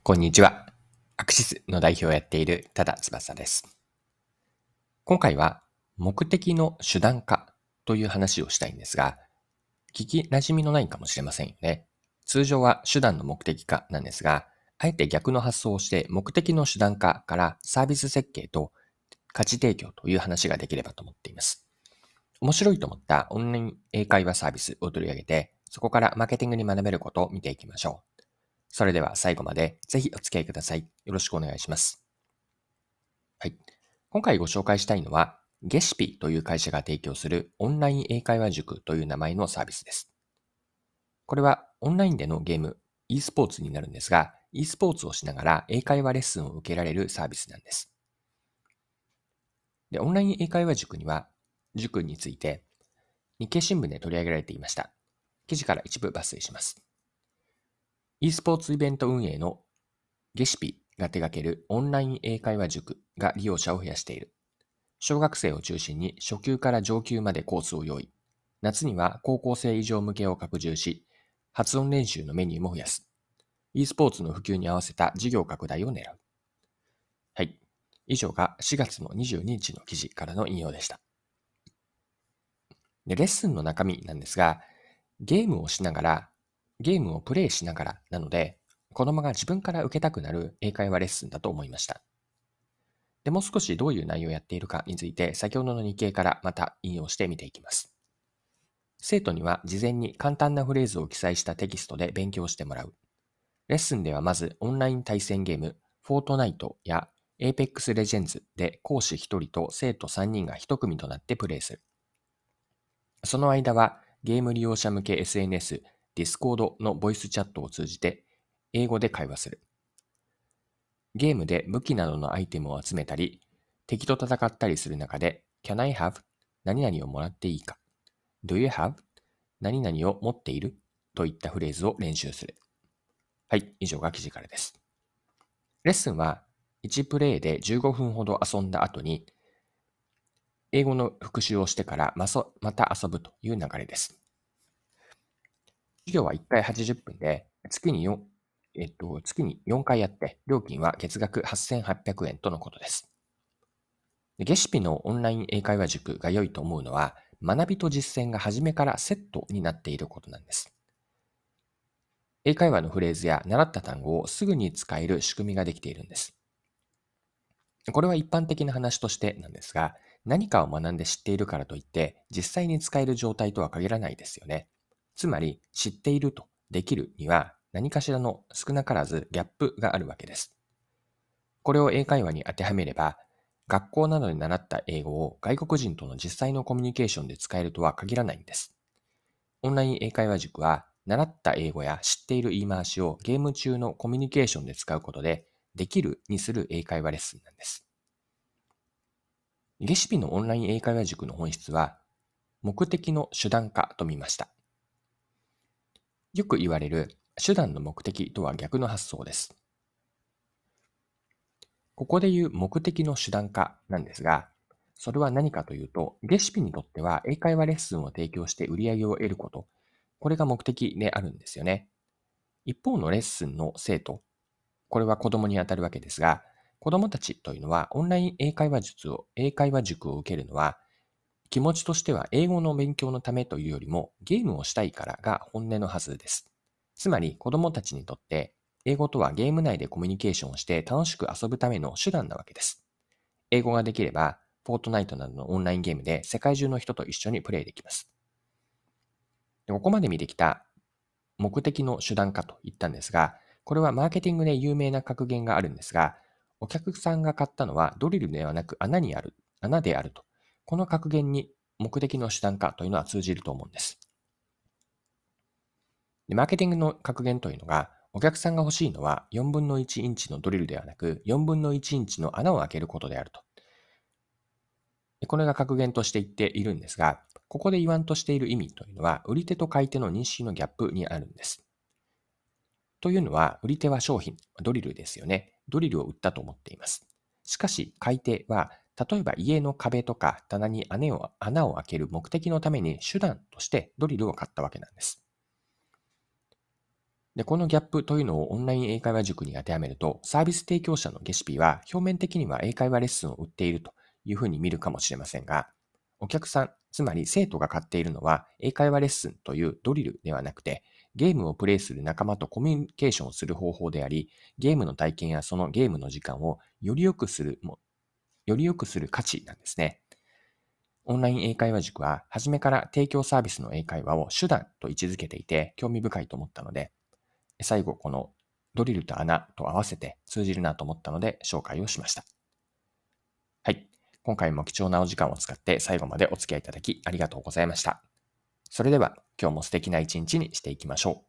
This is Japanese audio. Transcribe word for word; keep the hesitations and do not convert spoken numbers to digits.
こんにちは。アクシスの代表をやっている多田翼です。今回は目的の手段化という話をしたいんですが、聞き馴染みのないかもしれませんよね。通常は手段の目的化なんですが、あえて逆の発想をして目的の手段化からサービス設計と価値提供という話ができればと思っています。面白いと思ったオンライン英会話サービスを取り上げて、そこからマーケティングに学べることを見ていきましょう。それでは最後までぜひお付き合いください。よろしくお願いします。はい。今回ご紹介したいのは、ゲシピという会社が提供するオンライン英会話塾という名前のサービスです。これはオンラインでのゲーム、e スポーツになるんですが、e スポーツをしながら英会話レッスンを受けられるサービスなんです。で、オンライン英会話塾には、塾について日経新聞で取り上げられていました。記事から一部抜粋します。e スポーツイベント運営のゲシピが手掛けるオンライン英会話塾が利用者を増やしている。小学生を中心に初級から上級までコースを用意。夏には高校生以上向けを拡充し、発音練習のメニューも増やす。e スポーツの普及に合わせた事業拡大を狙う。はい。以上がしがつのにじゅうににちの記事からの引用でした。で、レッスンの中身なんですが、ゲームをしながら、ゲームをプレイしながらなので、子供が自分から受けたくなる英会話レッスンだと思いました。で、もう少しどういう内容をやっているかについて、先ほどの日経からまた引用して見ていきます。生徒には事前に簡単なフレーズを記載したテキストで勉強してもらう。レッスンではまずオンライン対戦ゲーム、フォートナイトや Apex Legends で講師ひとりと生徒さんにんがいち組となってプレイする。その間はゲーム利用者向け エスエヌエス、Discord のボイスチャットを通じて英語で会話する。ゲームで武器などのアイテムを集めたり、敵と戦ったりする中で Can I have? 何々をもらっていいか Do you have? 何々を持っているといったフレーズを練習する。はい、以上が記事からです。レッスンはいちプレイでじゅうごふんほど遊んだ後に、英語の復習をしてからまた遊ぶという流れです。授業はいっかいはちじゅっぷんで、月によん、えっと、月によんかいやって、料金は月額はっせんはっぴゃくえんとのことです。ゲシピのオンライン英会話塾が良いと思うのは、学びと実践が初めからセットになっていることなんです。英会話のフレーズや習った単語をすぐに使える仕組みができているんです。これは一般的な話としてなんですが、何かを学んで知っているからといって、実際に使える状態とは限らないですよね。つまり、知っているとできるには、何かしらの少なからずギャップがあるわけです。これを英会話に当てはめれば、学校などで習った英語を外国人との実際のコミュニケーションで使えるとは限らないんです。オンライン英会話塾は、習った英語や知っている言い回しをゲーム中のコミュニケーションで使うことで、できるにする英会話レッスンなんです。ゲシピのオンライン英会話塾の本質は、目的の手段化と見ました。よく言われる手段の目的とは逆の発想です。ここで言う目的の手段化なんですが、それは何かというと、レシピにとっては英会話レッスンを提供して売り上げを得ること、これが目的であるんですよね。一方のレッスンの生徒、これは子供にあたるわけですが、子供たちというのはオンライン英会話術を、英会話塾を受けるのは、気持ちとしては英語の勉強のためというよりもゲームをしたいからが本音のはずです。つまり子供たちにとって英語とはゲーム内でコミュニケーションをして楽しく遊ぶための手段なわけです。英語ができれば、フォートナイトなどのオンラインゲームで世界中の人と一緒にプレイできます。ここまで見てきた目的の手段化と言ったんですが、これはマーケティングで有名な格言があるんですが、お客さんが買ったのはドリルではなく穴にある、穴であると。この格言に目的の手段化というのは通じると思うんです。で、マーケティングの格言というのが、お客さんが欲しいのはよんぶんのいちインチのドリルではなくよんぶんのいちインチの穴を開けることであると。でこれが格言として言っているんですが、ここで言わんとしている意味というのは、売り手と買い手の認識のギャップにあるんです。というのは、売り手は商品、ドリルですよね。ドリルを売ったと思っています。しかし、買い手は、例えば家の壁とか棚に穴を穴を開ける目的のために手段としてドリルを買ったわけなんです。 で、このギャップというのをオンライン英会話塾に当てはめると、サービス提供者のゲシピは表面的には英会話レッスンを売っているというふうに見るかもしれませんが、お客さん、つまり生徒が買っているのは英会話レッスンというドリルではなくて、ゲームをプレイする仲間とコミュニケーションをする方法であり、ゲームの体験やそのゲームの時間をより良くするも、より良くする価値なんですね。オンライン英会話塾は初めから提供サービスの英会話を手段と位置づけていて興味深いと思ったので、最後このドリルと穴と合わせて通じるなと思ったので紹介をしました。はい。今回も貴重なお時間を使って最後までお付き合いいただきありがとうございました。それでは今日も素敵な一日にしていきましょう。